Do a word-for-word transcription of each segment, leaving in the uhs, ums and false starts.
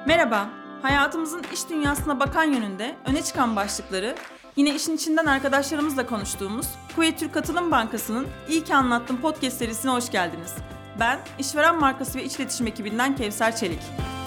Merhaba, hayatımızın iş dünyasına bakan yönünde öne çıkan başlıkları yine işin içinden arkadaşlarımızla konuştuğumuz Kuveyt Türk Katılım Bankası'nın İyi ki Anlattım podcast serisine hoş geldiniz. Ben, işveren markası ve iç iletişim ekibinden Kevser Çelik.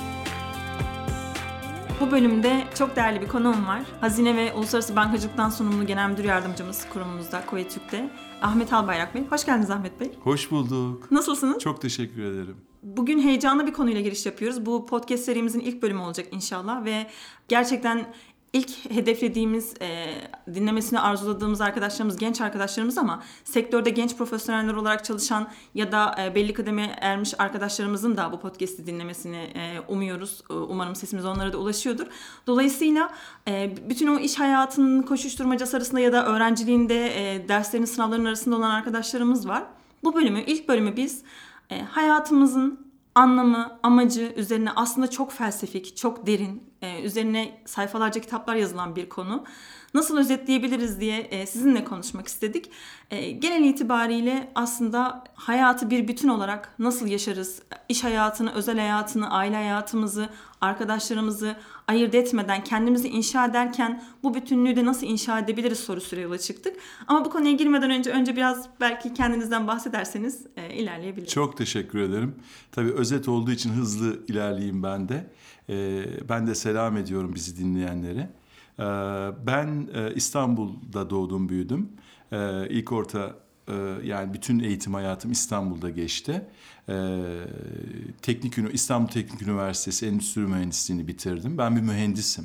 Bu bölümde çok değerli bir konuğum var. Hazine ve Uluslararası Bankacılıktan Sorumlu Genel Müdür Yardımcımız kurumumuzda, Kuveyt Türk'te. Ahmet Albayrak Bey. Hoş geldiniz Ahmet Bey. Hoş bulduk. Nasılsınız? Çok teşekkür ederim. Bugün heyecanlı bir konuyla giriş yapıyoruz. Bu podcast serimizin ilk bölümü olacak inşallah ve gerçekten ilk hedeflediğimiz, e, dinlemesini arzuladığımız arkadaşlarımız, genç arkadaşlarımız ama sektörde genç profesyoneller olarak çalışan ya da e, belli kademeye ermiş arkadaşlarımızın da bu podcast'i dinlemesini e, umuyoruz. E, umarım sesimiz onlara da ulaşıyordur. Dolayısıyla e, bütün o iş hayatının koşuşturmacası arasında ya da öğrenciliğinde, e, derslerin, sınavların arasında olan arkadaşlarımız var. Bu bölümü, ilk bölümü biz e, hayatımızın anlamı, amacı üzerine aslında çok felsefik, çok derin, e, üzerine sayfalarca kitaplar yazılan bir konu. Nasıl özetleyebiliriz diye e, sizinle konuşmak istedik. E, genel itibariyle aslında hayatı bir bütün olarak nasıl yaşarız? İş hayatını, özel hayatını, aile hayatımızı, arkadaşlarımızı ayırt etmeden kendimizi inşa ederken bu bütünlüğü de nasıl inşa edebiliriz sorusuyla yola çıktık. Ama bu konuya girmeden önce önce biraz belki kendinizden bahsederseniz e, ilerleyebiliriz. Çok teşekkür ederim. Tabii özet olduğu için hızlı ilerleyeyim ben de. E, ben de selam ediyorum bizi dinleyenlere. E, ben e, İstanbul'da doğdum, büyüdüm. E, ilk orta e, yani bütün eğitim hayatım İstanbul'da geçti. E, Teknik İstanbul Teknik Üniversitesi Endüstri Mühendisliğini bitirdim. Ben bir mühendisim.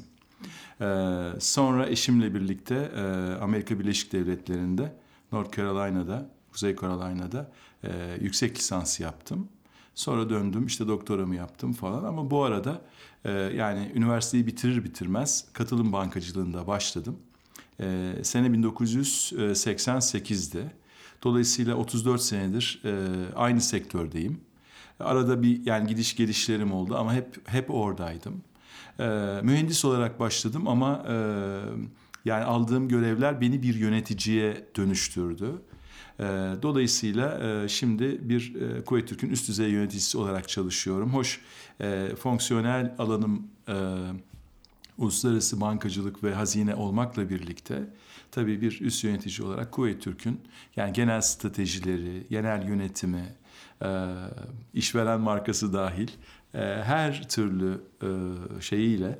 Ee, sonra eşimle birlikte e, Amerika Birleşik Devletleri'nde, North Carolina'da, Kuzey Carolina'da e, yüksek lisans yaptım. Sonra döndüm, işte doktoramı yaptım falan. Ama bu arada e, yani üniversiteyi bitirir bitirmez katılım bankacılığında başladım. E, sene bin dokuz yüz seksen sekizde. Dolayısıyla otuz dört senedir e, aynı sektördeyim. Arada bir yani gidiş gelişlerim oldu ama hep hep oradaydım. Ee, mühendis olarak başladım ama e, yani aldığım görevler beni bir yöneticiye dönüştürdü. E, dolayısıyla e, şimdi bir e, Kuveyt Türk'ün üst düzey yöneticisi olarak çalışıyorum. Hoş, e, fonksiyonel alanım e, uluslararası bankacılık ve hazine olmakla birlikte tabii bir üst yönetici olarak Kuveyt Türk'ün yani genel stratejileri, genel yönetimi, e, işveren markası dahil her türlü şeyiyle,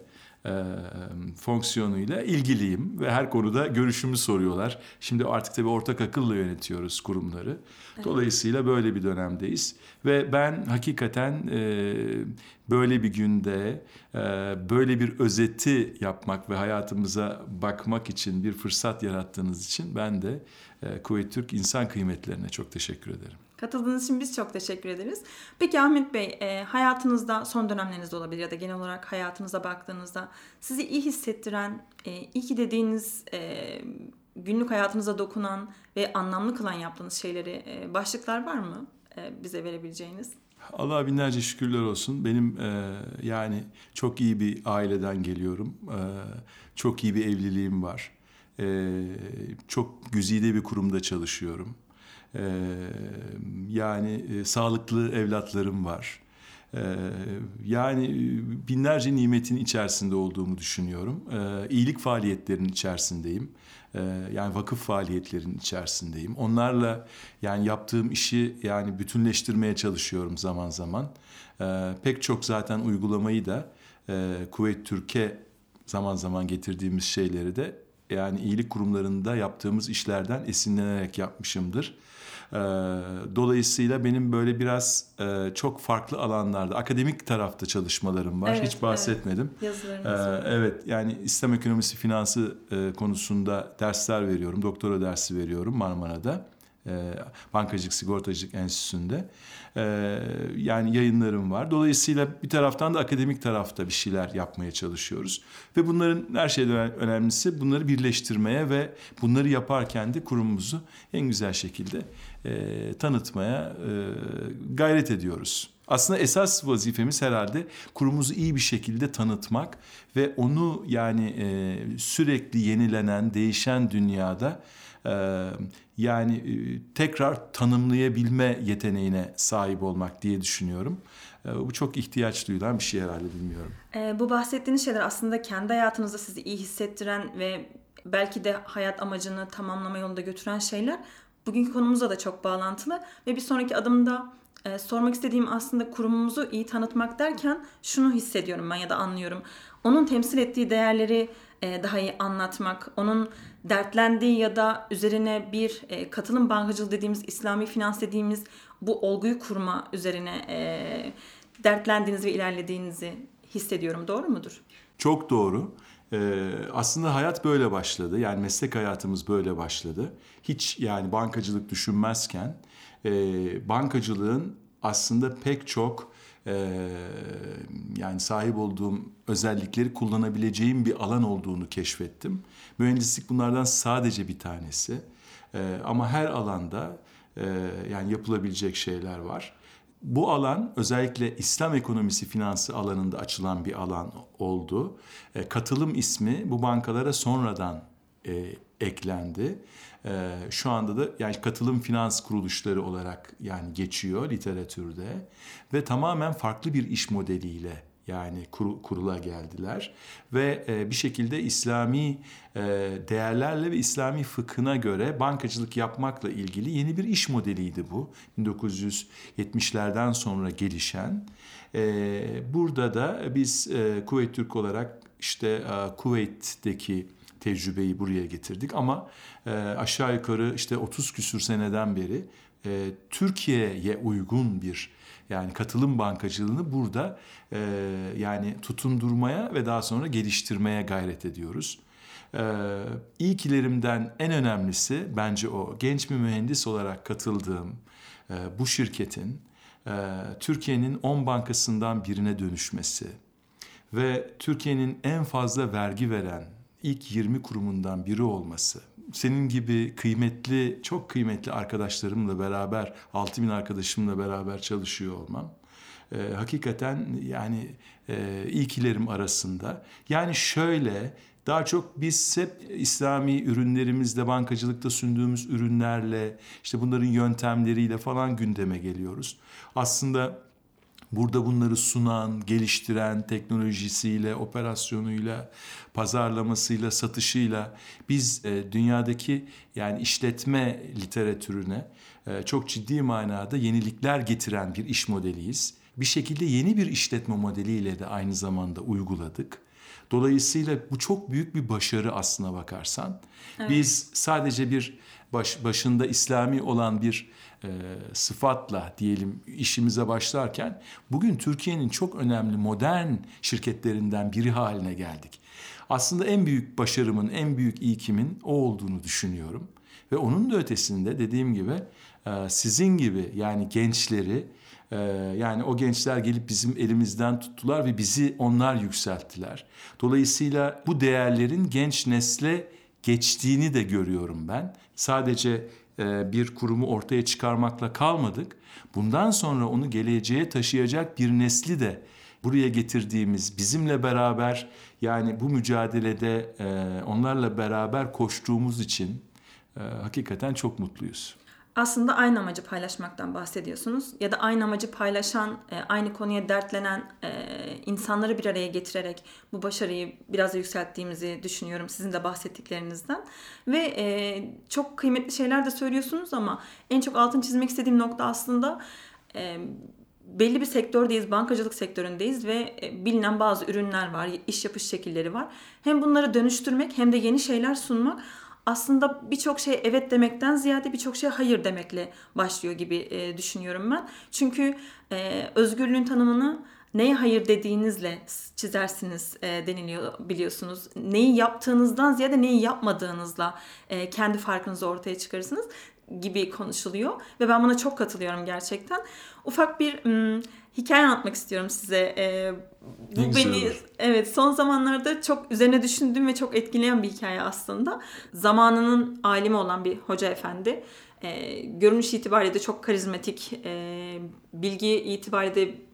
fonksiyonuyla ilgiliyim ve her konuda görüşümü soruyorlar. Şimdi artık tabii ortak akılla yönetiyoruz kurumları. Dolayısıyla böyle bir dönemdeyiz ve ben hakikaten böyle bir günde böyle bir özeti yapmak ve hayatımıza bakmak için bir fırsat yarattığınız için ben de Kuveyt Türk insan kıymetlerine çok teşekkür ederim. Katıldığınız için biz çok teşekkür ederiz. Peki Ahmet Bey, e, hayatınızda son dönemlerinizde olabilir ya da genel olarak hayatınıza baktığınızda sizi iyi hissettiren, e, iyi ki dediğiniz, e, günlük hayatınıza dokunan ve anlamlı kılan yaptığınız şeyleri, e, başlıklar var mı e, bize verebileceğiniz? Allah'a binlerce şükürler olsun. Benim e, yani çok iyi bir aileden geliyorum. E, çok iyi bir evliliğim var. E, çok güzide bir kurumda çalışıyorum. Ee, yani e, sağlıklı evlatlarım var. Ee, yani binlerce nimetin içerisinde olduğumu düşünüyorum. Ee, iyilik faaliyetlerinin içerisindeyim. Ee, yani vakıf faaliyetlerinin içerisindeyim. Onlarla yani yaptığım işi yani bütünleştirmeye çalışıyorum zaman zaman. Ee, pek çok zaten uygulamayı da e, Kuveyt Türk'e zaman zaman getirdiğimiz şeyleri de yani iyilik kurumlarında yaptığımız işlerden esinlenerek yapmışımdır. Dolayısıyla benim böyle biraz çok farklı alanlarda, akademik tarafta çalışmalarım var. Evet, hiç bahsetmedim. Evet. Evet, yani İslam ekonomisi finansı konusunda dersler veriyorum. Doktora dersi veriyorum Marmara'da. Bankacılık Sigortacılık Enstitüsü'nde. Yani yayınlarım var. Dolayısıyla bir taraftan da akademik tarafta bir şeyler yapmaya çalışıyoruz. Ve bunların her şeyden önemlisi bunları birleştirmeye ve bunları yaparken de kurumumuzu en güzel şekilde e, tanıtmaya e, gayret ediyoruz. Aslında esas vazifemiz herhalde kurumumuzu iyi bir şekilde tanıtmak ve onu yani e, sürekli yenilenen, değişen dünyada Ee, yani e, tekrar tanımlayabilme yeteneğine sahip olmak diye düşünüyorum. Ee, bu çok ihtiyaç duyulan bir şey herhalde, bilmiyorum. Ee, bu bahsettiğiniz şeyler aslında kendi hayatınızda sizi iyi hissettiren ve belki de hayat amacını tamamlama yolunda götüren şeyler. Bugünkü konumuzla da çok bağlantılı ve bir sonraki adımda e, sormak istediğim aslında kurumumuzu iyi tanıtmak derken şunu hissediyorum ben ya da anlıyorum. Onun temsil ettiği değerleri e, daha iyi anlatmak, onun dertlendiği ya da üzerine bir e, katılım bankacılığı dediğimiz, İslami finans dediğimiz bu olguyu kurma üzerine e, dertlendiğinizi ve ilerlediğinizi hissediyorum. Doğru mudur? Çok doğru. Ee, aslında hayat böyle başladı. Yani meslek hayatımız böyle başladı. Hiç yani bankacılık düşünmezken e, bankacılığın aslında pek çok e, yani sahip olduğum özellikleri kullanabileceğim bir alan olduğunu keşfettim. Mühendislik bunlardan sadece bir tanesi. E, ama her alanda e, yani yapılabilecek şeyler var. Bu alan özellikle İslam ekonomisi finansı alanında açılan bir alan oldu. E, katılım ismi bu bankalara sonradan e, eklendi. E, şu anda da yani katılım finans kuruluşları olarak yani geçiyor literatürde ve tamamen farklı bir iş modeliyle yani kur, kurula geldiler ve e, bir şekilde İslami e, değerlerle ve İslami fıkhına göre bankacılık yapmakla ilgili yeni bir iş modeliydi bu. bin dokuz yüz yetmişlerden sonra gelişen. E, burada da biz e, Kuveyt Türk olarak işte e, Kuveyt'teki tecrübeyi buraya getirdik ama e, aşağı yukarı işte otuz küsür seneden beri e, Türkiye'ye uygun bir yani katılım bankacılığını burada e, yani tutundurmaya ve daha sonra geliştirmeye gayret ediyoruz. E, ilkilerimden en önemlisi bence o. Genç bir mühendis olarak katıldığım e, bu şirketin e, Türkiye'nin on bankasından birine dönüşmesi ve Türkiye'nin en fazla vergi veren ilk yirmi kurumundan biri olması. Senin gibi kıymetli, çok kıymetli arkadaşlarımla beraber, altı bin arkadaşımla beraber çalışıyor olmam. E, hakikaten yani e, ilkilerim arasında. Yani şöyle, daha çok biz hep İslami ürünlerimizle, bankacılıkta sündüğümüz ürünlerle, işte bunların yöntemleriyle falan gündeme geliyoruz. Aslında burada bunları sunan, geliştiren, teknolojisiyle, operasyonuyla, pazarlamasıyla, satışıyla biz e, dünyadaki yani işletme literatürüne e, çok ciddi manada yenilikler getiren bir iş modeliyiz. Bir şekilde yeni bir işletme modeliyle de aynı zamanda uyguladık. Dolayısıyla bu çok büyük bir başarı aslına bakarsan. Evet. Biz sadece bir baş, başında İslami olan bir e, sıfatla diyelim işimize başlarken bugün Türkiye'nin çok önemli modern şirketlerinden biri haline geldik. Aslında en büyük başarımın, en büyük ilkimin o olduğunu düşünüyorum. Ve onun da ötesinde dediğim gibi e, sizin gibi yani gençleri e, yani o gençler gelip bizim elimizden tuttular ve bizi onlar yükselttiler. Dolayısıyla bu değerlerin genç nesle geçtiğini de görüyorum ben. Sadece e, bir kurumu ortaya çıkarmakla kalmadık. Bundan sonra onu geleceğe taşıyacak bir nesli de buraya getirdiğimiz, bizimle beraber yani bu mücadelede e, onlarla beraber koştuğumuz için e, hakikaten çok mutluyuz. Aslında aynı amacı paylaşmaktan bahsediyorsunuz ya da aynı amacı paylaşan, aynı konuya dertlenen insanları bir araya getirerek bu başarıyı biraz da yükselttiğimizi düşünüyorum sizin de bahsettiklerinizden. Ve çok kıymetli şeyler de söylüyorsunuz ama en çok altını çizmek istediğim nokta aslında belli bir sektördeyiz, bankacılık sektöründeyiz ve bilinen bazı ürünler var, iş yapış şekilleri var. Hem bunları dönüştürmek hem de yeni şeyler sunmak aslında birçok şey evet demekten ziyade birçok şey hayır demekle başlıyor gibi e, düşünüyorum ben. Çünkü e, özgürlüğün tanımını neye hayır dediğinizle çizersiniz e, deniliyor biliyorsunuz. Neyi yaptığınızdan ziyade neyi yapmadığınızla e, kendi farkınızı ortaya çıkarırsınız gibi konuşuluyor. Ve ben buna çok katılıyorum gerçekten. Ufak bir m, hikaye anlatmak istiyorum size. E, bu beni evet son zamanlarda çok üzerine düşündüğüm ve çok etkileyen bir hikaye aslında. Zamanının alimi olan bir hoca efendi. E, görünüş itibariyle de çok karizmatik, e, bilgi itibariyle de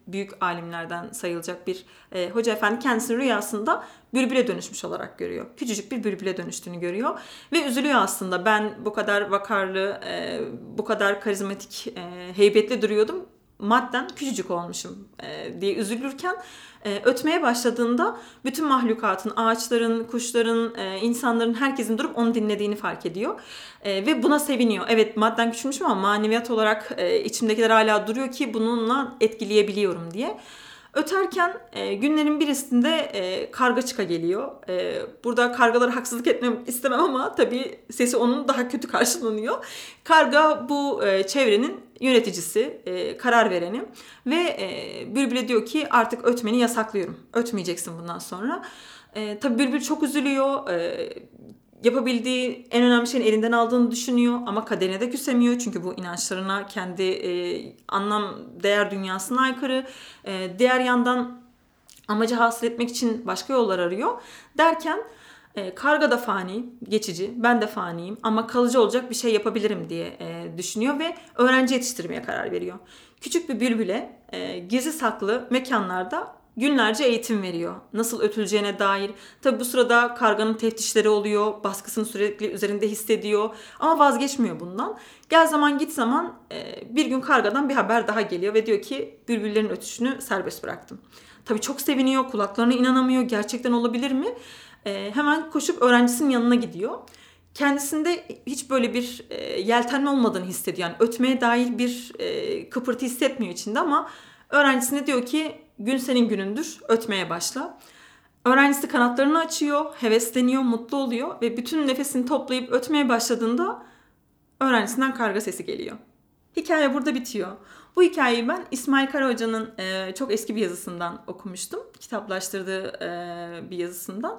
büyük alimlerden sayılacak bir e, hoca efendi kendisini rüyasında bülbüle dönüşmüş olarak görüyor. Küçücük bir bülbüle dönüştüğünü görüyor ve üzülüyor aslında. Ben bu kadar vakarlı, e, bu kadar karizmatik, e, heybetli duruyordum. Madden küçücük olmuşum e, diye üzülürken e, ötmeye başladığında bütün mahlukatın, ağaçların, kuşların, e, insanların, herkesin durup onu dinlediğini fark ediyor. E, ve buna seviniyor. Evet, madden küçülmüşüm ama maneviyat olarak e, içimdekiler hala duruyor ki bununla etkileyebiliyorum diye. Öterken e, günlerin birisinde e, kargaçıka geliyor. E, burada kargalara haksızlık etmem istemem ama tabii sesi onun daha kötü karşılanıyor. Karga bu e, çevrenin yöneticisi, e, karar vereni ve e, bülbüle diyor ki artık ötmeni yasaklıyorum. Ötmeyeceksin bundan sonra. E, tabii bülbül çok üzülüyor. E, yapabildiği en önemli şeyin elinden aldığını düşünüyor ama kaderine de küsemiyor çünkü bu inançlarına, kendi e, anlam değer dünyasına aykırı. E, diğer yandan amacı hasıl etmek için başka yollar arıyor derken e, karga da fani, geçici, ben de faniyim ama kalıcı olacak bir şey yapabilirim diye e, düşünüyor ve öğrenci yetiştirmeye karar veriyor. Küçük bir bülbüle e, gizli saklı mekanlarda günlerce eğitim veriyor. Nasıl ötüleceğine dair. Tabi bu sırada karganın teftişleri oluyor. Baskısını sürekli üzerinde hissediyor. Ama vazgeçmiyor bundan. Gel zaman git zaman bir gün kargadan bir haber daha geliyor. Ve diyor ki bülbüllerin ötüşünü serbest bıraktım. Tabi çok seviniyor. Kulaklarına inanamıyor. Gerçekten olabilir mi? Hemen koşup öğrencisinin yanına gidiyor. Kendisinde hiç böyle bir yeltenme olmadığını hissediyor. Yani ötmeye dair bir kıpırtı hissetmiyor içinde ama öğrencisine diyor ki gün senin günündür, ötmeye başla. Öğrencisi kanatlarını açıyor, hevesleniyor, mutlu oluyor ve bütün nefesini toplayıp ötmeye başladığında öğrencisinden karga sesi geliyor. Hikaye burada bitiyor. Bu hikayeyi ben İsmail Kara Hoca'nın e, çok eski bir yazısından okumuştum. Kitaplaştırdığı e, bir yazısından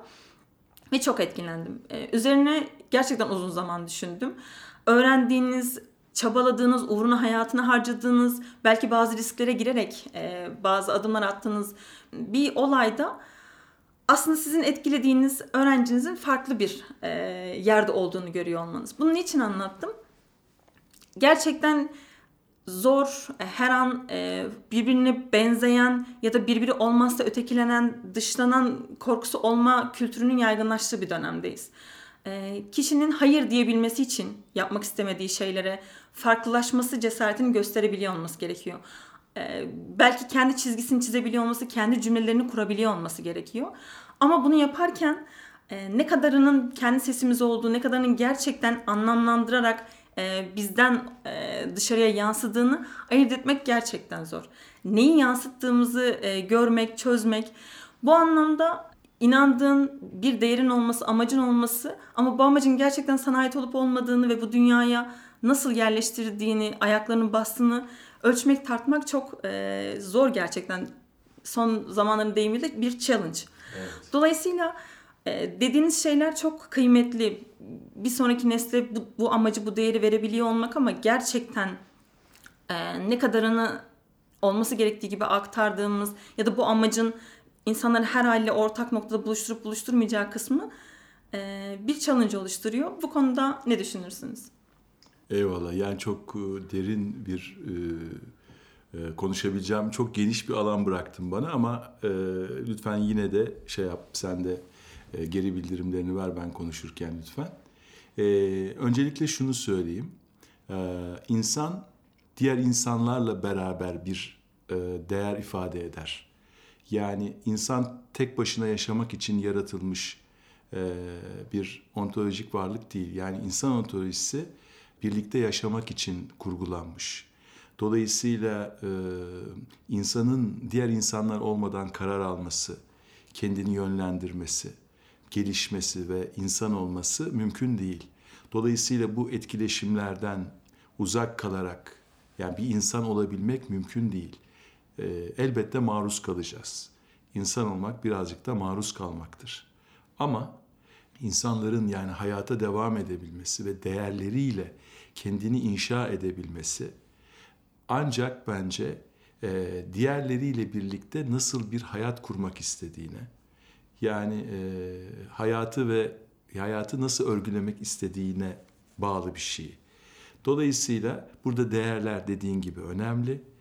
ve çok etkilendim. E, üzerine gerçekten uzun zaman düşündüm. Öğrendiğiniz, çabaladığınız, uğruna hayatını harcadığınız, belki bazı risklere girerek e, bazı adımlar attığınız bir olayda aslında sizin etkilediğiniz öğrencinizin farklı bir e, yerde olduğunu görüyor olmanız. Bunu niçin anlattım? Gerçekten zor, her an e, birbirine benzeyen ya da birbiri olmazsa ötekilenen, dışlanan korkusu olma kültürünün yaygınlaştığı bir dönemdeyiz. E, kişinin hayır diyebilmesi için yapmak istemediği şeylere farklılaşması cesaretini gösterebiliyor olması gerekiyor. Ee, belki kendi çizgisini çizebiliyor olması, kendi cümlelerini kurabiliyor olması gerekiyor. Ama bunu yaparken e, ne kadarının kendi sesimiz olduğu, ne kadarının gerçekten anlamlandırarak e, bizden e, dışarıya yansıdığını ayırt etmek gerçekten zor. Neyi yansıttığımızı e, görmek, çözmek. Bu anlamda inandığın bir değerin olması, amacın olması ama bu amacın gerçekten sana ait olup olmadığını ve bu dünyaya nasıl yerleştirdiğini, ayaklarının bastığını ölçmek, tartmak çok e, zor gerçekten. Son zamanların deyimiyle bir challenge. Evet. Dolayısıyla e, dediğiniz şeyler çok kıymetli. Bir sonraki nesle bu, bu amacı, bu değeri verebiliyor olmak ama gerçekten e, ne kadarını olması gerektiği gibi aktardığımız ya da bu amacın insanları her haliyle ortak noktada buluşturup buluşturmayacağı kısmı e, bir challenge oluşturuyor. Bu konuda ne düşünürsünüz? Eyvallah. Yani çok derin bir e, konuşabileceğim çok geniş bir alan bıraktın bana ama e, lütfen yine de şey yap, sen de e, geri bildirimlerini ver ben konuşurken lütfen. E, öncelikle şunu söyleyeyim. E, insan diğer insanlarla beraber bir e, değer ifade eder. Yani insan tek başına yaşamak için yaratılmış e, bir ontolojik varlık değil. Yani insan ontolojisi birlikte yaşamak için kurgulanmış. Dolayısıyla e, insanın diğer insanlar olmadan karar alması, kendini yönlendirmesi, gelişmesi ve insan olması mümkün değil. Dolayısıyla bu etkileşimlerden uzak kalarak yani bir insan olabilmek mümkün değil. E, elbette maruz kalacağız. İnsan olmak birazcık da maruz kalmaktır. Ama insanların yani hayata devam edebilmesi ve değerleriyle kendini inşa edebilmesi ancak bence e, diğerleriyle birlikte nasıl bir hayat kurmak istediğine, yani e, hayatı ve hayatı nasıl örgülemek istediğine bağlı bir şey. Dolayısıyla burada değerler dediğin gibi önemli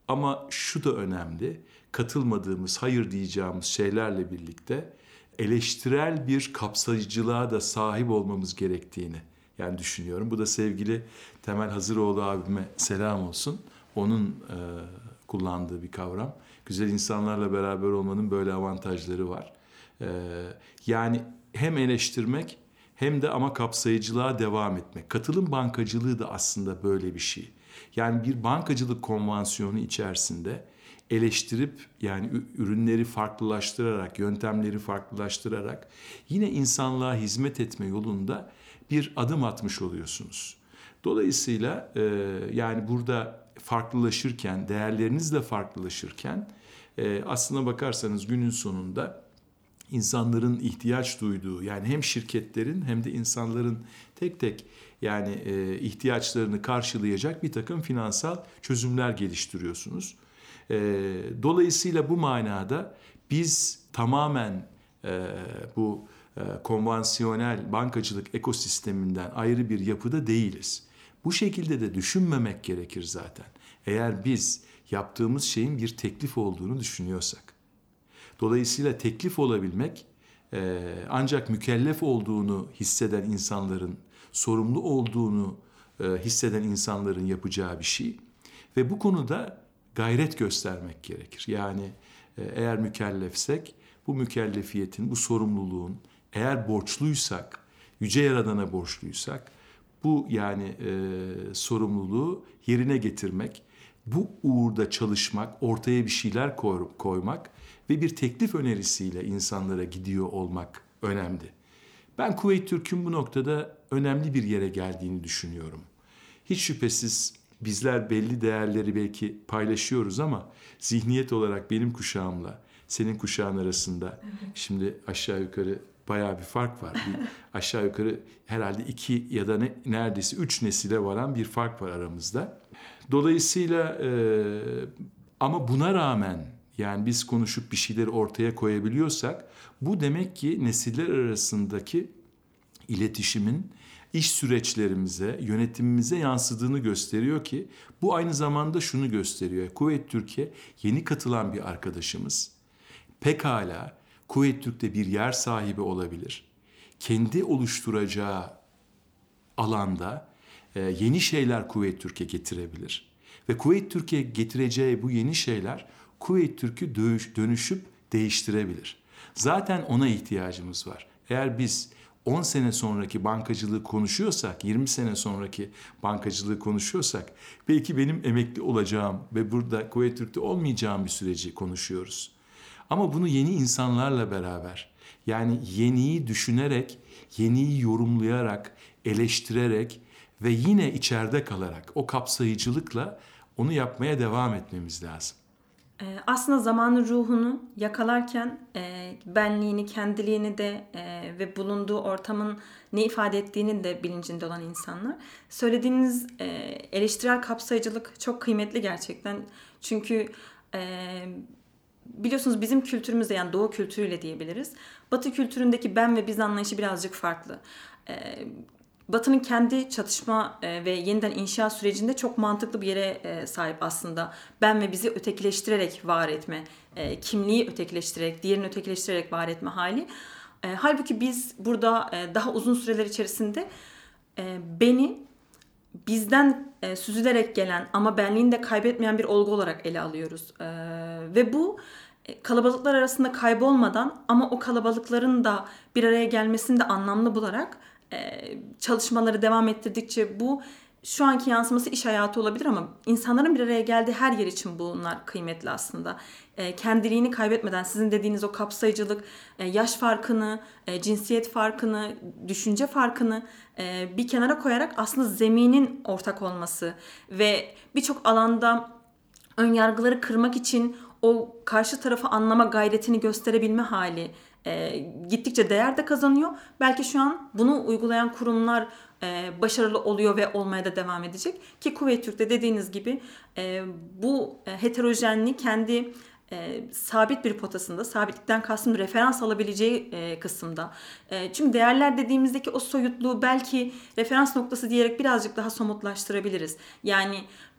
Ama şu da önemli, katılmadığımız, hayır diyeceğimiz şeylerle birlikte eleştirel bir kapsayıcılığa da sahip olmamız gerektiğini yani düşünüyorum. Bu da sevgili Temel Hazıroğlu abime selam olsun. Onun e, kullandığı bir kavram. Güzel insanlarla beraber olmanın böyle avantajları var. E, yani hem eleştirmek hem de ama kapsayıcılığa devam etmek. Katılım bankacılığı da aslında böyle bir şey. Yani bir bankacılık konvansiyonu içerisinde eleştirip yani ürünleri farklılaştırarak, yöntemleri farklılaştırarak yine insanlığa hizmet etme yolunda bir adım atmış oluyorsunuz. Dolayısıyla e, yani burada farklılaşırken, değerlerinizle farklılaşırken e, aslına bakarsanız günün sonunda insanların ihtiyaç duyduğu yani hem şirketlerin hem de insanların tek tek yani e, ihtiyaçlarını karşılayacak bir takım finansal çözümler geliştiriyorsunuz. E, dolayısıyla bu manada biz tamamen e, bu e, konvansiyonel bankacılık ekosisteminden ayrı bir yapıda değiliz. Bu şekilde de düşünmemek gerekir zaten. Eğer biz yaptığımız şeyin bir teklif olduğunu düşünüyorsak. Dolayısıyla teklif olabilmek e, ancak mükellef olduğunu hisseden insanların, sorumlu olduğunu e, hisseden insanların yapacağı bir şey. Ve bu konuda gayret göstermek gerekir. Yani e, eğer mükellefsek bu mükellefiyetin, bu sorumluluğun, eğer borçluysak, Yüce Yaradan'a borçluysak bu yani e, sorumluluğu yerine getirmek, bu uğurda çalışmak, ortaya bir şeyler koy, koymak ve bir teklif önerisiyle insanlara gidiyor olmak önemli. Ben Kuveyt Türk'ün bu noktada önemli bir yere geldiğini düşünüyorum. Hiç şüphesiz bizler belli değerleri belki paylaşıyoruz ama zihniyet olarak benim kuşağımla senin kuşağın arasında şimdi aşağı yukarı bayağı bir fark var. Bir aşağı yukarı herhalde iki ya da ne, neredeyse üç nesile varan bir fark var aramızda. Dolayısıyla e, ama buna rağmen yani biz konuşup bir şeyleri ortaya koyabiliyorsak bu demek ki nesiller arasındaki iletişimin iş süreçlerimize, yönetimimize yansıdığını gösteriyor ki bu aynı zamanda şunu gösteriyor. Kuveyt Türkiye yeni katılan bir arkadaşımız. Pekala Kuveyt Türk'te bir yer sahibi olabilir. Kendi oluşturacağı alanda e, yeni şeyler Kuveyt Türk'e getirebilir. Ve Kuveyt Türk'e getireceği bu yeni şeyler Kuveyt Türk'ü dönüşüp değiştirebilir. Zaten ona ihtiyacımız var. Eğer biz on sene sonraki bankacılığı konuşuyorsak, yirmi sene sonraki bankacılığı konuşuyorsak belki benim emekli olacağım ve burada Kuveyt Türk'te olmayacağım bir süreci konuşuyoruz. Ama bunu yeni insanlarla beraber yani yeniyi düşünerek, yeniyi yorumlayarak, eleştirerek ve yine içeride kalarak o kapsayıcılıkla onu yapmaya devam etmemiz lazım. Aslında zamanın ruhunu yakalarken e, benliğini, kendiliğini de e, ve bulunduğu ortamın ne ifade ettiğini de bilincinde olan insanlar. Söylediğiniz e, eleştirel kapsayıcılık çok kıymetli gerçekten. Çünkü e, biliyorsunuz bizim kültürümüzde yani Doğu kültürüyle diyebiliriz. Batı kültüründeki ben ve biz anlayışı birazcık farklı. E, Batı'nın kendi çatışma ve yeniden inşa sürecinde çok mantıklı bir yere sahip aslında. Ben ve bizi ötekileştirerek var etme, kimliği ötekileştirerek, diğerini ötekileştirerek var etme hali. Halbuki biz burada daha uzun süreler içerisinde beni bizden süzülerek gelen ama benliğini de kaybetmeyen bir olgu olarak ele alıyoruz. Ve bu kalabalıklar arasında kaybolmadan ama o kalabalıkların da bir araya gelmesini de anlamlı bularak çalışmaları devam ettirdikçe bu şu anki yansıması iş hayatı olabilir ama insanların bir araya geldiği her yer için bunlar kıymetli aslında. Kendiliğini kaybetmeden sizin dediğiniz o kapsayıcılık, yaş farkını, cinsiyet farkını, düşünce farkını bir kenara koyarak aslında zeminin ortak olması ve birçok alanda önyargıları kırmak için o karşı tarafı anlama gayretini gösterebilme hali E, gittikçe değer de kazanıyor. Belki şu an bunu uygulayan kurumlar e, başarılı oluyor ve olmaya da devam edecek. Ki Kuveyt Türk'te dediğiniz gibi e, bu e, heterojenliği kendi e, sabit bir potasında, sabitlikten kastım referans alabileceği e, kısımda. E, çünkü değerler dediğimizdeki o soyutluğu belki referans noktası diyerek birazcık daha somutlaştırabiliriz. Yani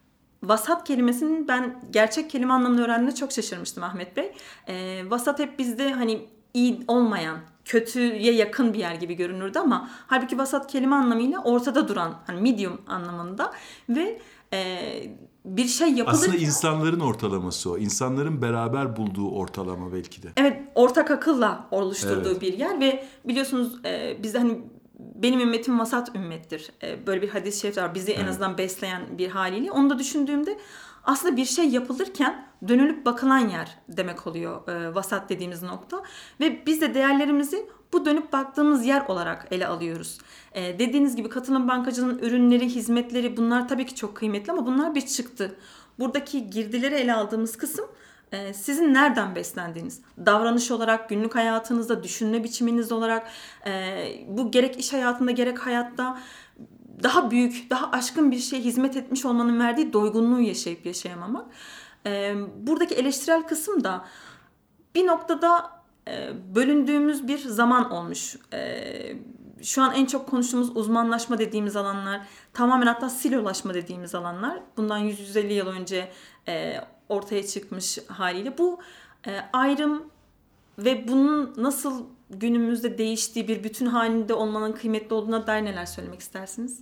vasat kelimesinin ben gerçek kelime anlamını öğrendiğimde çok şaşırmıştım Ahmet Bey. E, vasat hep bizde hani iyi olmayan, kötüye yakın bir yer gibi görünürdü ama halbuki vasat kelime anlamıyla ortada duran, hani medium anlamında ve e, bir şey yapılırken... Aslında insanların ortalaması o. İnsanların beraber bulduğu ortalama belki de. Evet, ortak akılla oluşturduğu Evet. bir yer ve biliyorsunuz e, bizde hani benim ümmetim vasat ümmettir. E, böyle bir hadis-i şerif var. Bizi evet. en azından besleyen bir haliyle. Onu da düşündüğümde aslında bir şey yapılırken dönülüp bakılan yer demek oluyor e, vasat dediğimiz nokta. Ve biz de değerlerimizi bu dönüp baktığımız yer olarak ele alıyoruz. E, dediğiniz gibi katılım bankacılığının ürünleri, hizmetleri bunlar tabii ki çok kıymetli ama bunlar bir çıktı. Buradaki girdileri ele aldığımız kısım e, sizin nereden beslendiğiniz. Davranış olarak, günlük hayatınızda, düşünme biçiminiz olarak e, bu gerek iş hayatında gerek hayatta daha büyük, daha aşkın bir şeye hizmet etmiş olmanın verdiği doygunluğu yaşayıp yaşayamamak. E, buradaki eleştirel kısım da bir noktada e, bölündüğümüz bir zaman olmuş. E, şu an en çok konuştuğumuz uzmanlaşma dediğimiz alanlar, tamamen hatta silolaşma dediğimiz alanlar. Bundan yüz yüz elli yıl önce e, ortaya çıkmış haliyle. Bu e, ayrım ve bunun nasıl günümüzde değiştiği bir bütün halinde olmanın kıymetli olduğuna dair neler söylemek istersiniz?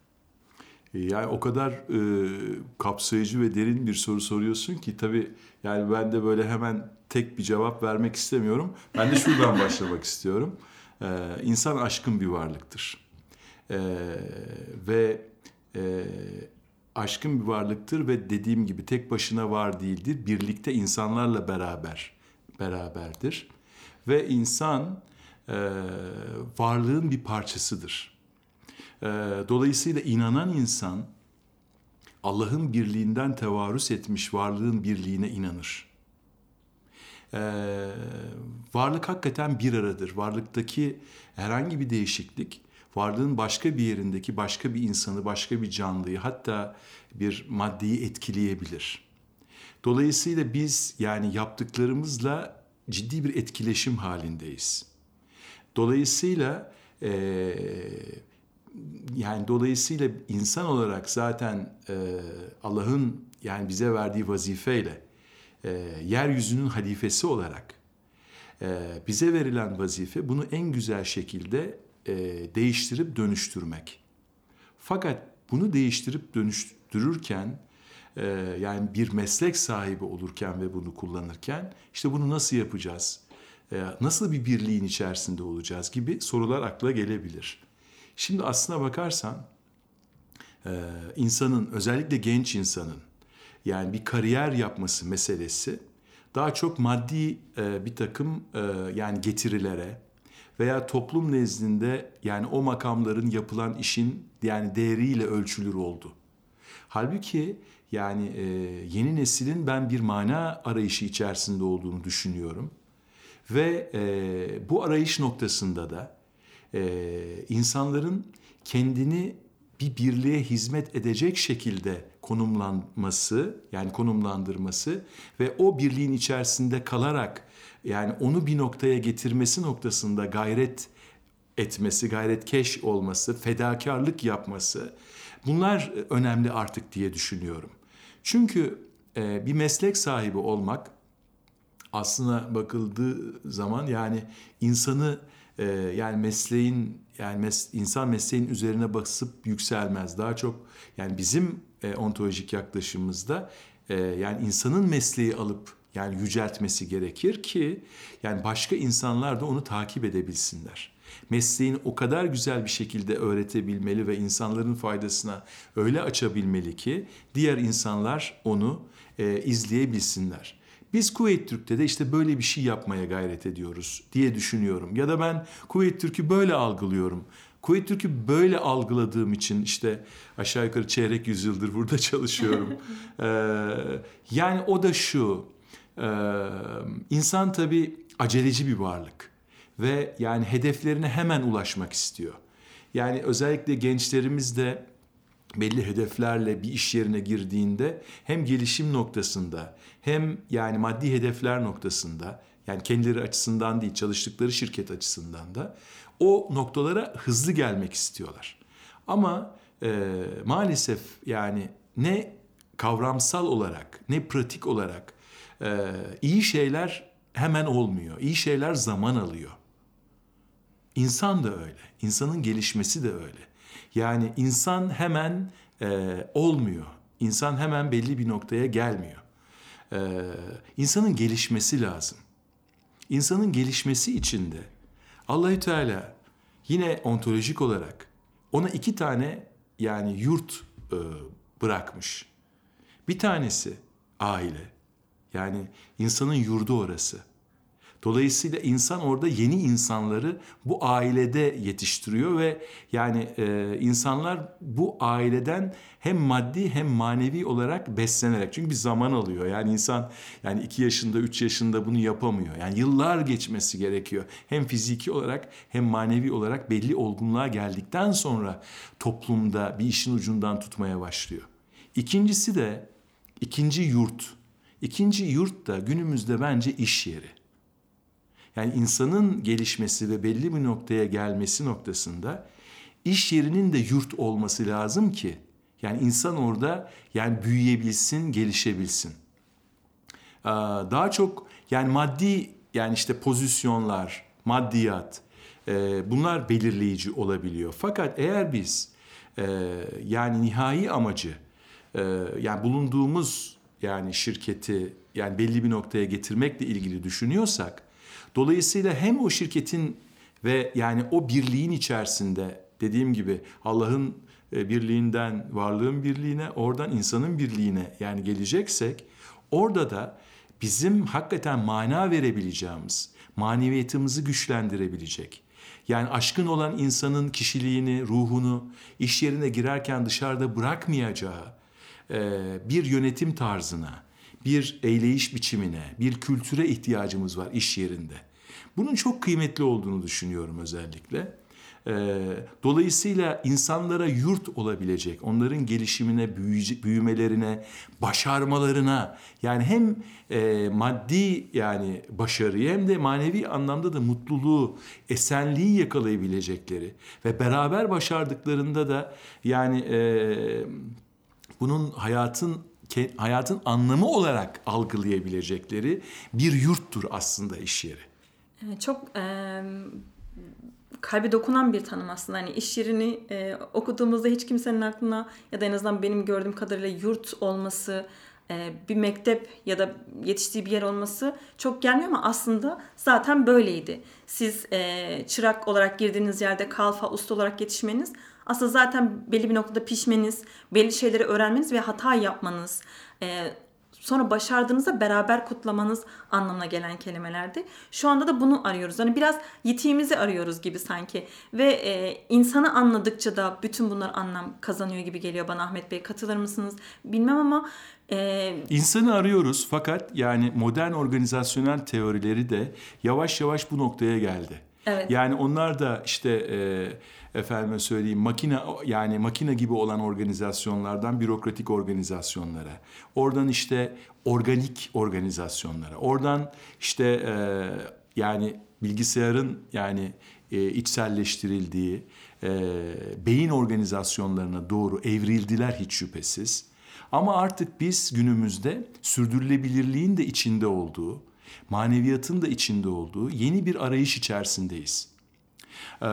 Yani o kadar e, kapsayıcı ve derin bir soru soruyorsun ki tabii yani ben de böyle hemen tek bir cevap vermek istemiyorum. Ben de şuradan başlamak istiyorum. Ee, insan aşkın bir varlıktır. Ee, ve e, aşkın bir varlıktır ve dediğim gibi tek başına var değildir. Birlikte insanlarla beraber beraberdir. Ve insan e, varlığın bir parçasıdır. E, dolayısıyla inanan insan Allah'ın birliğinden tevarüs etmiş varlığın birliğine inanır. Ee, varlık hakikaten bir aradır. Varlıktaki herhangi bir değişiklik, varlığın başka bir yerindeki başka bir insanı, başka bir canlıyı, hatta bir maddeyi etkileyebilir. Dolayısıyla biz yani yaptıklarımızla ciddi bir etkileşim halindeyiz. Dolayısıyla e, yani dolayısıyla insan olarak zaten e, Allah'ın yani bize verdiği vazifeyle E, yeryüzünün halifesi olarak e, bize verilen vazife bunu en güzel şekilde e, değiştirip dönüştürmek. Fakat bunu değiştirip dönüştürürken e, yani bir meslek sahibi olurken ve bunu kullanırken işte bunu nasıl yapacağız? E, nasıl bir birliğin içerisinde olacağız gibi sorular akla gelebilir. Şimdi aslına bakarsan e, insanın, özellikle genç insanın yani bir kariyer yapması meselesi daha çok maddi e, bir takım e, yani getirilere veya toplum nezdinde yani o makamların yapılan işin yani değeriyle ölçülür oldu. Halbuki yani e, yeni neslin ben bir mana arayışı içerisinde olduğunu düşünüyorum. Ve e, bu arayış noktasında da e, insanların kendini bir birliğe hizmet edecek şekilde konumlanması, yani konumlandırması ve o birliğin içerisinde kalarak yani onu bir noktaya getirmesi noktasında gayret etmesi, gayretkeş olması, fedakarlık yapması bunlar önemli artık diye düşünüyorum. Çünkü e, bir meslek sahibi olmak aslına bakıldığı zaman yani insanı e, yani mesleğin yani mes, insan mesleğin üzerine basıp yükselmez. Daha çok yani bizim e, ontolojik yaklaşımımızda e, yani insanın mesleği alıp yani yüceltmesi gerekir ki yani başka insanlar da onu takip edebilsinler. Mesleğini o kadar güzel bir şekilde öğretebilmeli ve insanların faydasına öyle açabilmeli ki diğer insanlar onu e, izleyebilsinler. Biz Kuveyt Türk'te de işte böyle bir şey yapmaya gayret ediyoruz diye düşünüyorum. Ya da ben Kuveyt Türk'ü böyle algılıyorum. Kuveyt Türk'ü böyle algıladığım için işte aşağı yukarı çeyrek yüzyıldır burada çalışıyorum. ee, yani o da şu, e, insan tabii aceleci bir varlık ve yani hedeflerine hemen ulaşmak istiyor. Yani özellikle gençlerimiz de belli hedeflerle bir iş yerine girdiğinde hem gelişim noktasında hem yani maddi hedefler noktasında yani kendileri açısından değil çalıştıkları şirket açısından da o noktalara hızlı gelmek istiyorlar. Ama e, maalesef yani ne kavramsal olarak ne pratik olarak e, iyi şeyler hemen olmuyor. İyi şeyler zaman alıyor. İnsan da öyle. İnsanın gelişmesi de öyle. Yani insan hemen e, olmuyor. İnsan hemen belli bir noktaya gelmiyor. E, insanın gelişmesi lazım. İnsanın gelişmesi için de Allah-u Teala yine ontolojik olarak ona iki tane yani yurt e, bırakmış. Bir tanesi aile. Yani insanın yurdu orası. Dolayısıyla insan orada yeni insanları bu ailede yetiştiriyor ve yani e, insanlar bu aileden hem maddi hem manevi olarak beslenerek, çünkü bir zaman alıyor. Yani insan yani iki yaşında, üç yaşında bunu yapamıyor. Yani yıllar geçmesi gerekiyor. Hem fiziki olarak hem manevi olarak belli olgunluğa geldikten sonra toplumda bir işin ucundan tutmaya başlıyor. İkincisi de ikinci yurt. İkinci yurt da günümüzde bence iş yeri. Yani insanın gelişmesi ve belli bir noktaya gelmesi noktasında iş yerinin de yurt olması lazım ki yani insan orada yani büyüyebilsin, gelişebilsin. Daha çok yani maddi yani işte pozisyonlar, maddiyat bunlar belirleyici olabiliyor. Fakat eğer biz yani nihai amacı yani bulunduğumuz yani şirketi yani belli bir noktaya getirmekle ilgili düşünüyorsak, dolayısıyla hem o şirketin ve yani o birliğin içerisinde dediğim gibi Allah'ın birliğinden varlığın birliğine, oradan insanın birliğine yani geleceksek, orada da bizim hakikaten mana verebileceğimiz, maneviyatımızı güçlendirebilecek, yani aşkın olan insanın kişiliğini, ruhunu iş yerine girerken dışarıda bırakmayacağı bir yönetim tarzına, bir eyleyiş biçimine, bir kültüre ihtiyacımız var iş yerinde. Bunun çok kıymetli olduğunu düşünüyorum özellikle. Dolayısıyla insanlara yurt olabilecek, onların gelişimine, büyümelerine, başarmalarına, yani hem maddi yani başarıyı hem de manevi anlamda da mutluluğu, esenliği yakalayabilecekleri ve beraber başardıklarında da yani bunun hayatın hayatın anlamı olarak algılayabilecekleri bir yurttur aslında iş yeri. Çok e, kalbe dokunan bir tanım aslında. Hani iş yerini e, okuduğumuzda hiç kimsenin aklına ya da en azından benim gördüğüm kadarıyla yurt olması, e, bir mektep ya da yetiştiği bir yer olması çok gelmiyor ama aslında zaten böyleydi. Siz e, çırak olarak girdiğiniz yerde kalfa, usta olarak yetişmeniz aslında zaten belli bir noktada pişmeniz, belli şeyleri öğrenmeniz ve hata yapmanız, e, sonra başardığınızda beraber kutlamanız anlamına gelen kelimelerdi. Şu anda da bunu arıyoruz. Hani biraz yitiğimizi arıyoruz gibi sanki. Ve e, insanı anladıkça da bütün bunlar anlam kazanıyor gibi geliyor bana. Ahmet Bey, katılır mısınız? Bilmem ama... E... İnsanı arıyoruz fakat yani modern organizasyonel teorileri de yavaş yavaş bu noktaya geldi. Evet. Yani onlar da işte e, efendime söyleyeyim makine yani makine gibi olan organizasyonlardan bürokratik organizasyonlara, oradan işte organik organizasyonlara, oradan işte e, yani bilgisayarın yani e, içselleştirildiği e, beyin organizasyonlarına doğru evrildiler hiç şüphesiz. Ama artık biz günümüzde sürdürülebilirliğin de içinde olduğu, maneviyatın da içinde olduğu yeni bir arayış içerisindeyiz. Ee,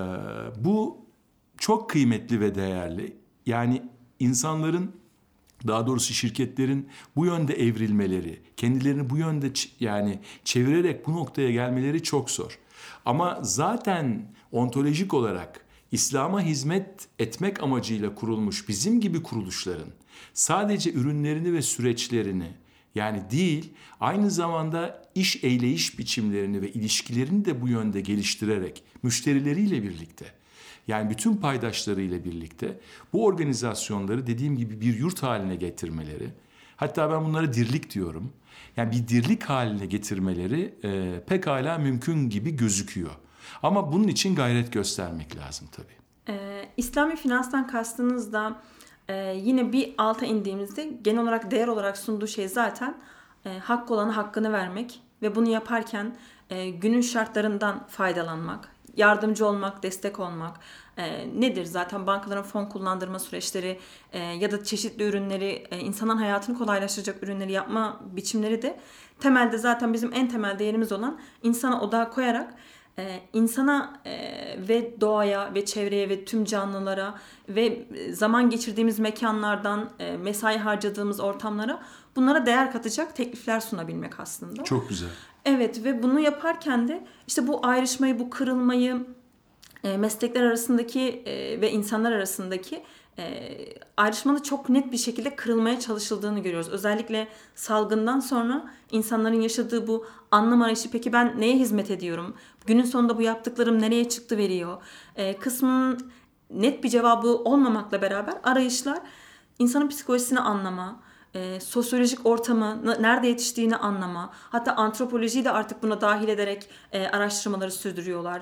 bu çok kıymetli ve değerli. Yani insanların, daha doğrusu şirketlerin bu yönde evrilmeleri, kendilerini bu yönde ç- yani çevirerek bu noktaya gelmeleri çok zor. Ama zaten ontolojik olarak İslam'a hizmet etmek amacıyla kurulmuş bizim gibi kuruluşların sadece ürünlerini ve süreçlerini yani değil, aynı zamanda iş eyleyiş biçimlerini ve ilişkilerini de bu yönde geliştirerek müşterileriyle birlikte, yani bütün paydaşlarıyla birlikte bu organizasyonları dediğim gibi bir yurt haline getirmeleri, hatta ben bunlara dirlik diyorum. Yani bir dirlik haline getirmeleri e, pekala mümkün gibi gözüküyor. Ama bunun için gayret göstermek lazım tabii. Ee, İslami finanstan kastınız da e, yine bir alta indiğimizde genel olarak değer olarak sunduğu şey zaten e, hakkı olana hakkını vermek ve bunu yaparken e, günün şartlarından faydalanmak, yardımcı olmak, destek olmak, E, nedir? Zaten bankaların fon kullandırma süreçleri e, ya da çeşitli ürünleri, e, insanın hayatını kolaylaştıracak ürünleri yapma biçimleri de temelde zaten bizim en temel değerimiz olan insana odağa koyarak Ee, insana e, ve doğaya ve çevreye ve tüm canlılara ve zaman geçirdiğimiz mekanlardan e, mesai harcadığımız ortamlara bunlara değer katacak teklifler sunabilmek aslında. Çok güzel. Evet ve bunu yaparken de işte bu ayrışmayı, bu kırılmayı, e, meslekler arasındaki e, ve insanlar arasındaki e, ayrışmanın çok net bir şekilde kırılmaya çalışıldığını görüyoruz. Özellikle salgından sonra insanların yaşadığı bu anlam arayışı, peki ben neye hizmet ediyorum? Günün sonunda bu yaptıklarım nereye çıktı veriyor? E, kısmının net bir cevabı olmamakla beraber arayışlar insanın psikolojisini anlama, e, sosyolojik ortamı, nerede yetiştiğini anlama, hatta antropolojiyi de artık buna dahil ederek e, araştırmaları sürdürüyorlar.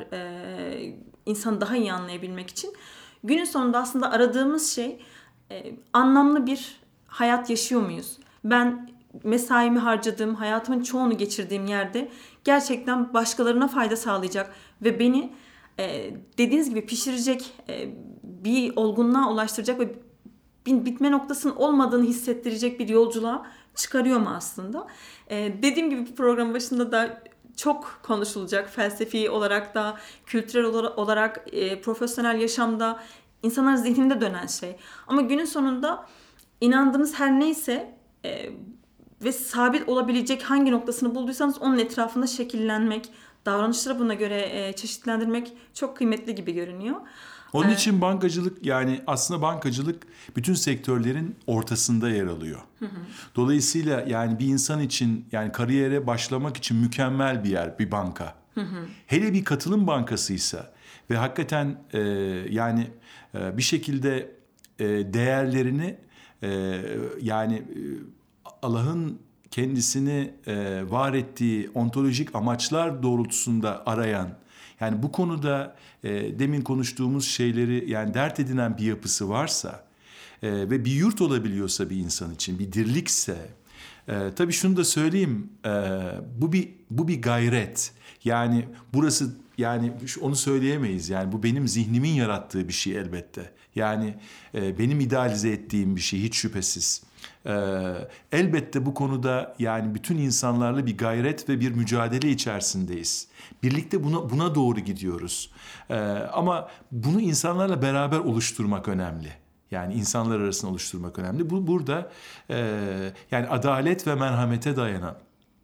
E, insanı daha iyi anlayabilmek için. Günün sonunda aslında aradığımız şey e, anlamlı bir hayat yaşıyor muyuz? Ben mesaimi harcadığım, hayatımın çoğunu geçirdiğim yerde gerçekten başkalarına fayda sağlayacak ve beni e, dediğiniz gibi pişirecek, e, bir olgunluğa ulaştıracak ve bir bitme noktasının olmadığını hissettirecek bir yolculuğa çıkarıyor mu aslında? E, dediğim gibi bu programın başında da çok konuşulacak, felsefi olarak da, kültürel olarak, e, profesyonel yaşamda, insanların zihninde dönen şey. Ama günün sonunda inandığınız her neyse e, ve sabit olabilecek hangi noktasını bulduysanız onun etrafında şekillenmek, davranışları buna göre e, çeşitlendirmek çok kıymetli gibi görünüyor. Onun ee, için bankacılık, yani aslında bankacılık bütün sektörlerin ortasında yer alıyor. Hı hı. Dolayısıyla yani bir insan için, yani kariyere başlamak için mükemmel bir yer bir banka. Hı hı. Hele bir katılım bankasıysa ve hakikaten e, yani e, bir şekilde e, değerlerini e, yani e, Allah'ın kendisini e, var ettiği ontolojik amaçlar doğrultusunda arayan, yani bu konuda e, demin konuştuğumuz şeyleri yani dert edinen bir yapısı varsa e, ve bir yurt olabiliyorsa bir insan için, bir dirlikse, e, tabii şunu da söyleyeyim, e, bu bir bu bir gayret. Yani burası, yani onu söyleyemeyiz. Yani bu benim zihnimin yarattığı bir şey elbette. Yani e, benim idealize ettiğim bir şey hiç şüphesiz. Ee, elbette bu konuda yani bütün insanlarla bir gayret ve bir mücadele içerisindeyiz. Birlikte buna buna doğru gidiyoruz. Ee, ama bunu insanlarla beraber oluşturmak önemli. Yani insanlar arasında oluşturmak önemli. Bu burada e, yani adalet ve merhamete dayanan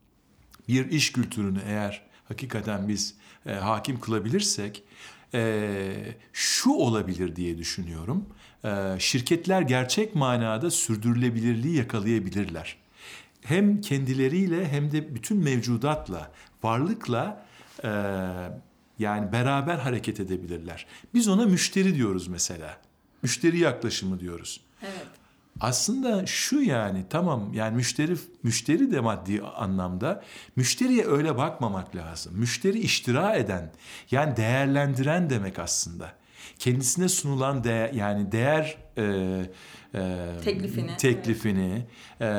bir iş kültürünü eğer hakikaten biz e, hakim kılabilirsek e, şu olabilir diye düşünüyorum. Şirketler gerçek manada sürdürülebilirliği yakalayabilirler. Hem kendileriyle hem de bütün mevcudatla, varlıkla e, yani beraber hareket edebilirler. Biz ona müşteri diyoruz mesela. Müşteri yaklaşımı diyoruz. Evet. Aslında şu, yani tamam, yani müşteri müşteri de maddi anlamda, müşteriye öyle bakmamak lazım. Müşteri iştira eden, yani değerlendiren demek aslında. Kendisine sunulan değer, yani değer e, e, teklifini, teklifini evet.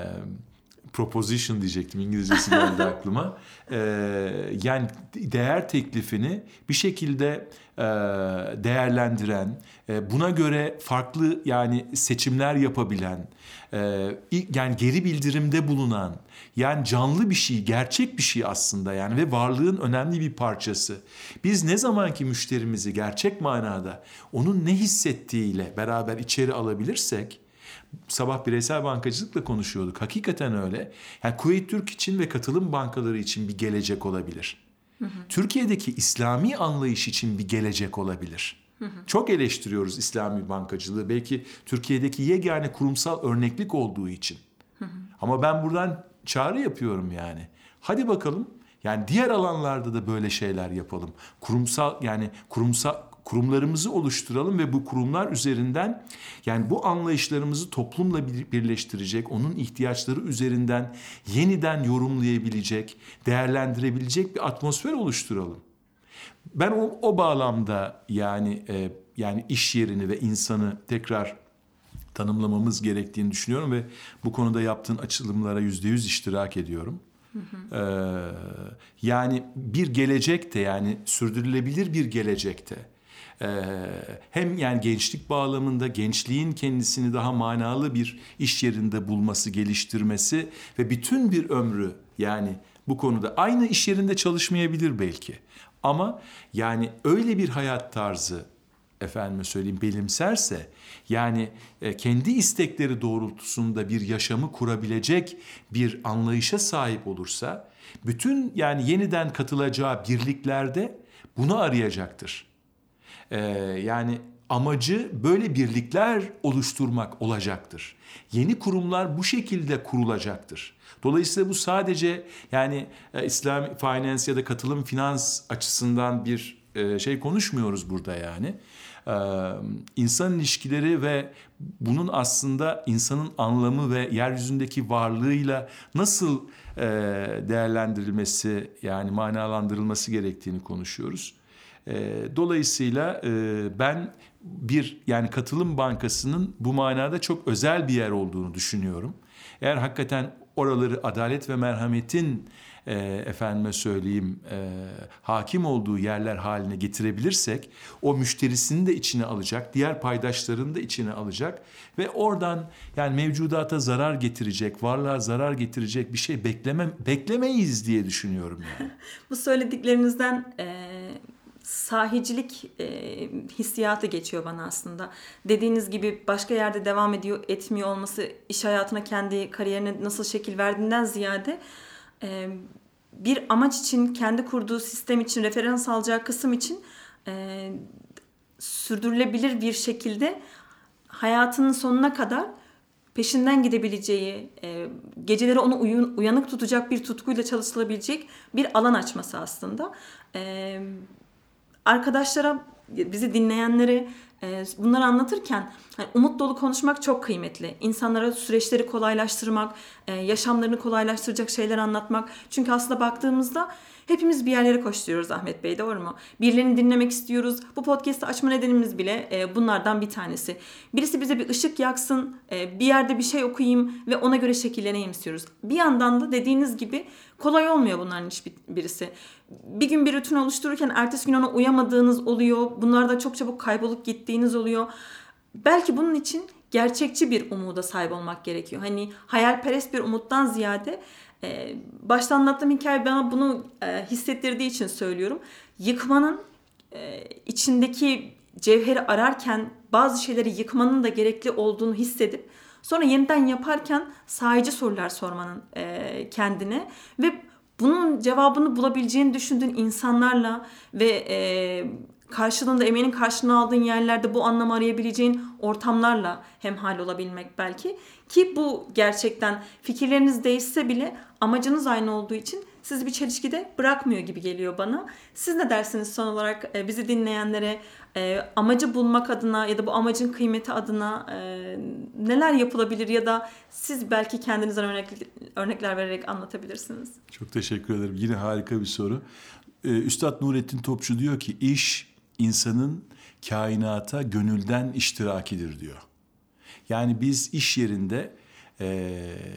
e, proposition diyecektim, İngilizcesi geldi aklıma. E, yani değer teklifini bir şekilde e, değerlendiren, e, buna göre farklı yani seçimler yapabilen, e, yani geri bildirimde bulunan, yani canlı bir şey, gerçek bir şey aslında yani ve varlığın önemli bir parçası. Biz ne zamanki müşterimizi gerçek manada onun ne hissettiğiyle beraber içeri alabilirsek, sabah bireysel bankacılıkla konuşuyorduk. Hakikaten öyle. Yani Kuveyt Türk için ve katılım bankaları için bir gelecek olabilir. Hı hı. Türkiye'deki İslami anlayış için bir gelecek olabilir. Hı hı. Çok eleştiriyoruz İslami bankacılığı. Belki Türkiye'deki yegane kurumsal örneklik olduğu için. Hı hı. Ama ben buradan çağrı yapıyorum yani. Hadi bakalım. Yani diğer alanlarda da böyle şeyler yapalım. Kurumsal, yani kurumsal kurumlarımızı oluşturalım ve bu kurumlar üzerinden yani bu anlayışlarımızı toplumla birleştirecek, onun ihtiyaçları üzerinden yeniden yorumlayabilecek, değerlendirebilecek bir atmosfer oluşturalım. Ben o, o bağlamda yani e, yani iş yerini ve insanı tekrar tanımlamamız gerektiğini düşünüyorum ve bu konuda yaptığın açılımlara yüzde yüz iştirak ediyorum. Hı hı. Ee, yani bir gelecekte, yani sürdürülebilir bir gelecekte Ee, hem yani gençlik bağlamında gençliğin kendisini daha manalı bir iş yerinde bulması, geliştirmesi ve bütün bir ömrü yani bu konuda aynı iş yerinde çalışmayabilir belki. Ama yani öyle bir hayat tarzı efendime söyleyeyim benimserse yani e, kendi istekleri doğrultusunda bir yaşamı kurabilecek bir anlayışa sahip olursa bütün yani yeniden katılacağı birliklerde bunu arayacaktır. Ee, yani amacı böyle birlikler oluşturmak olacaktır. Yeni kurumlar bu şekilde kurulacaktır. Dolayısıyla bu sadece yani e, İslami finance ya da katılım finans açısından bir e, şey konuşmuyoruz burada yani. Ee, insan ilişkileri ve bunun aslında insanın anlamı ve yeryüzündeki varlığıyla nasıl e, değerlendirilmesi yani manalandırılması gerektiğini konuşuyoruz. E, dolayısıyla e, ben bir yani Katılım Bankası'nın bu manada çok özel bir yer olduğunu düşünüyorum. Eğer hakikaten oraları adalet ve merhametin e, efendime söyleyeyim e, hakim olduğu yerler haline getirebilirsek o müşterisini de içine alacak, diğer paydaşlarını da içine alacak ve oradan yani mevcudata zarar getirecek, varlığa zarar getirecek bir şey bekleme, beklemeyiz diye düşünüyorum yani. Bu söylediklerinizden e, sahicilik e, hissiyatı geçiyor bana aslında. Dediğiniz gibi başka yerde devam ediyor, etmiyor olması iş hayatına, kendi kariyerine nasıl şekil verdiğinden ziyade e, bir amaç için, kendi kurduğu sistem için, referans alacağı kısım için e, sürdürülebilir bir şekilde hayatının sonuna kadar peşinden gidebileceği, e, geceleri onu uyun, uyanık tutacak bir tutkuyla çalışılabilecek bir alan açması aslında. E, arkadaşlara, bizi dinleyenlere e, bunları anlatırken hani umut dolu konuşmak çok kıymetli. İnsanlara süreçleri kolaylaştırmak, e, yaşamlarını kolaylaştıracak şeyler anlatmak. Çünkü aslında baktığımızda hepimiz bir yerlere koşturuyoruz Ahmet Bey, doğru mu? Birilerini dinlemek istiyoruz. Bu podcast'ı açma nedenimiz bile e, bunlardan bir tanesi. Birisi bize bir ışık yaksın, e, bir yerde bir şey okuyayım ve ona göre şekilleneyim istiyoruz. Bir yandan da dediğiniz gibi kolay olmuyor bunların hiçbirisi. Bir gün bir rutin oluştururken ertesi gün ona uyamadığınız oluyor. Bunlarda çok çabuk kaybolup gittiğiniz oluyor. Belki bunun için gerçekçi bir umuda sahip olmak gerekiyor. Hani hayalperest bir umuttan ziyade Ee, başta anlattığım hikaye bana bunu e, hissettirdiği için söylüyorum. Yıkmanın e, içindeki cevheri ararken bazı şeyleri yıkmanın da gerekli olduğunu hissedip sonra yeniden yaparken sahici sorular sormanın e, kendine ve bunun cevabını bulabileceğini düşündüğün insanlarla ve e, karşılığında, emeğinin karşılığını aldığın yerlerde bu anlamı arayabileceğin ortamlarla hemhal olabilmek belki. Ki bu gerçekten fikirleriniz değişse bile amacınız aynı olduğu için sizi bir çelişkide bırakmıyor gibi geliyor bana. Siz ne dersiniz son olarak bizi dinleyenlere amacı bulmak adına ya da bu amacın kıymeti adına neler yapılabilir ya da siz belki kendinizden örnek, örnekler vererek anlatabilirsiniz. Çok teşekkür ederim. Yine harika bir soru. Üstad Nurettin Topçu diyor ki iş insanın kainata gönülden iştirakidir diyor. Yani biz iş yerinde e,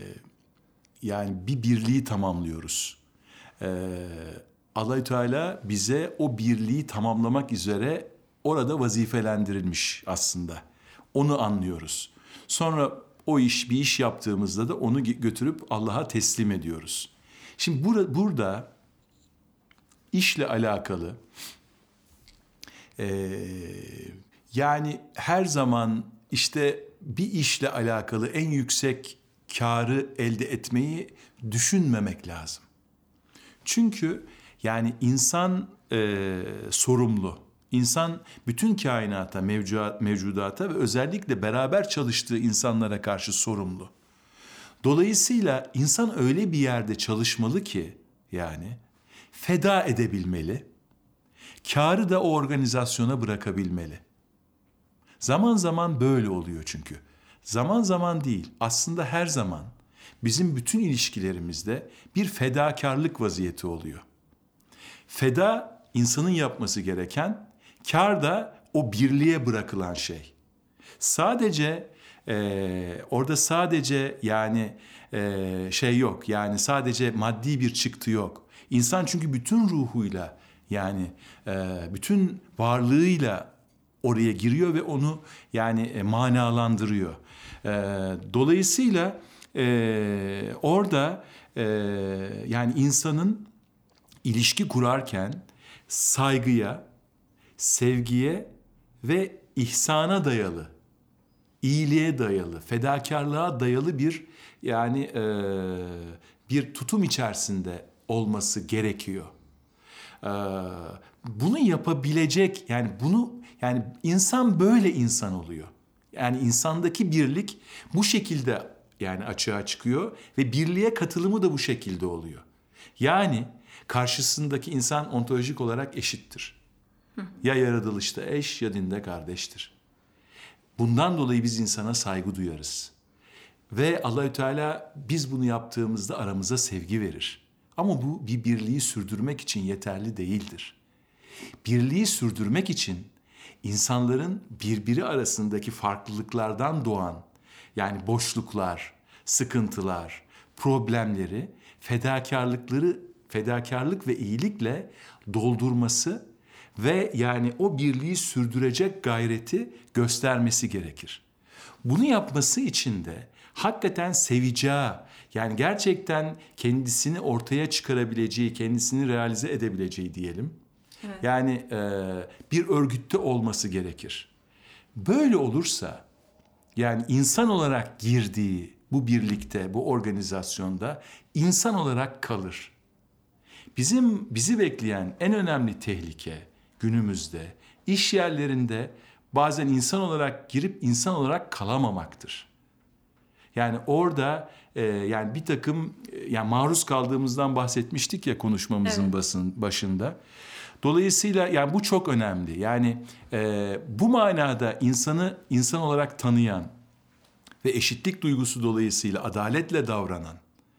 yani bir birliği tamamlıyoruz. E, Allah-u Teala bize o birliği tamamlamak üzere orada vazifelendirilmiş aslında. Onu anlıyoruz. Sonra o iş bir iş yaptığımızda da onu götürüp Allah'a teslim ediyoruz. Şimdi bur- burada işle alakalı e, yani her zaman işte bir işle alakalı en yüksek kârı elde etmeyi düşünmemek lazım. Çünkü yani insan e, sorumlu. İnsan bütün kainata, mevcuat, mevcudata ve özellikle beraber çalıştığı insanlara karşı sorumlu. Dolayısıyla insan öyle bir yerde çalışmalı ki yani feda edebilmeli, kârı da o organizasyona bırakabilmeli. Zaman zaman böyle oluyor çünkü. Zaman zaman değil, aslında her zaman bizim bütün ilişkilerimizde bir fedakarlık vaziyeti oluyor. Feda insanın yapması gereken, kâr da o birliğe bırakılan şey. Sadece e, orada sadece yani e, şey yok, yani sadece maddi bir çıktı yok. İnsan çünkü bütün ruhuyla yani e, bütün varlığıyla oraya giriyor ve onu yani e, manalandırıyor. E, dolayısıyla e, orada e, yani insanın ilişki kurarken saygıya, sevgiye ve ihsana dayalı, iyiliğe dayalı, fedakarlığa dayalı bir yani e, bir tutum içerisinde olması gerekiyor. E, bunu yapabilecek yani bunu yani insan böyle insan oluyor. Yani insandaki birlik bu şekilde yani açığa çıkıyor ve birliğe katılımı da bu şekilde oluyor. Yani karşısındaki insan ontolojik olarak eşittir. Ya yaratılışta eş ya dinde kardeştir. Bundan dolayı biz insana saygı duyarız. Ve Allahü Teala biz bunu yaptığımızda aramıza sevgi verir. Ama bu bir birliği sürdürmek için yeterli değildir. Birliği sürdürmek için insanların birbiri arasındaki farklılıklardan doğan yani boşluklar, sıkıntılar, problemleri fedakarlıkları, fedakarlık ve iyilikle doldurması ve yani o birliği sürdürecek gayreti göstermesi gerekir. Bunu yapması için de hakikaten seveceği, yani gerçekten kendisini ortaya çıkarabileceği, kendisini realize edebileceği diyelim. Evet. Yani e, bir örgütte olması gerekir. Böyle olursa yani insan olarak girdiği bu birlikte, bu organizasyonda insan olarak kalır. Bizim bizi bekleyen en önemli tehlike günümüzde iş yerlerinde bazen insan olarak girip insan olarak kalamamaktır. Yani orada e, yani bir takım e, yani maruz kaldığımızdan bahsetmiştik ya konuşmamızın evet. basın başında. Dolayısıyla yani bu çok önemli. Yani e, bu manada insanı insan olarak tanıyan ve eşitlik duygusu dolayısıyla adaletle davranan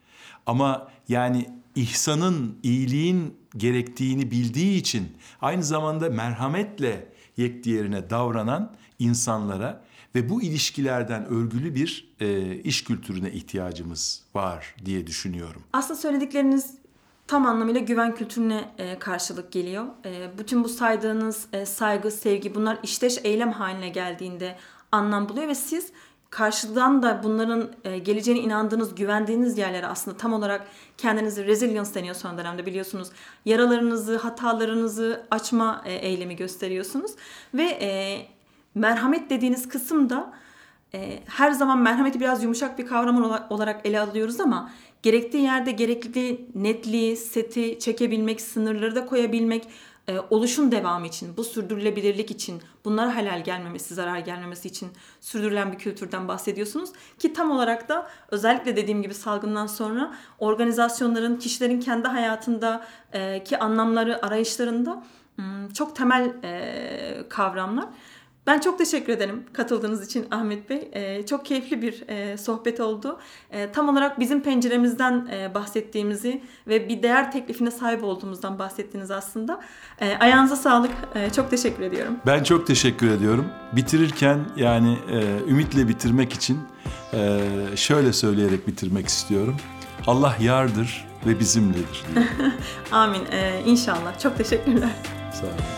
ama yani ihsanın, iyiliğin gerektiğini bildiği için aynı zamanda merhametle yekdiğerine davranan insanlara ve bu ilişkilerden örgülü bir e, iş kültürüne ihtiyacımız var diye düşünüyorum. Aslında söyledikleriniz tam anlamıyla güven kültürüne e, karşılık geliyor. E, bütün bu saydığınız e, saygı, sevgi bunlar işteş eylem haline geldiğinde anlam buluyor ve siz karşıdan da bunların e, geleceğine inandığınız, güvendiğiniz yerlere aslında tam olarak kendinizi resilience deniyor son dönemde biliyorsunuz. Yaralarınızı, hatalarınızı açma e, eylemi gösteriyorsunuz ve e, merhamet dediğiniz kısımda e, her zaman merhameti biraz yumuşak bir kavram olarak ele alıyoruz ama gerektiği yerde gerekli netliği, seti çekebilmek, sınırları da koyabilmek, e, oluşum devamı için, bu sürdürülebilirlik için, bunlara halal gelmemesi, zarar gelmemesi için sürdürülen bir kültürden bahsediyorsunuz. Ki tam olarak da özellikle dediğim gibi salgından sonra organizasyonların, kişilerin kendi hayatında e, ki anlamları, arayışlarında çok temel e, kavramlar. Ben çok teşekkür ederim katıldığınız için Ahmet Bey. Ee, çok keyifli bir e, sohbet oldu. E, tam olarak bizim penceremizden e, bahsettiğimizi ve bir değer teklifine sahip olduğumuzdan bahsettiniz aslında. E, ayağınıza sağlık. E, çok teşekkür ediyorum. Ben çok teşekkür ediyorum. Bitirirken yani e, ümitle bitirmek için e, şöyle söyleyerek bitirmek istiyorum. Allah yardır ve bizimledir diye. Amin. E, inşallah. Çok teşekkürler. Sağ olun.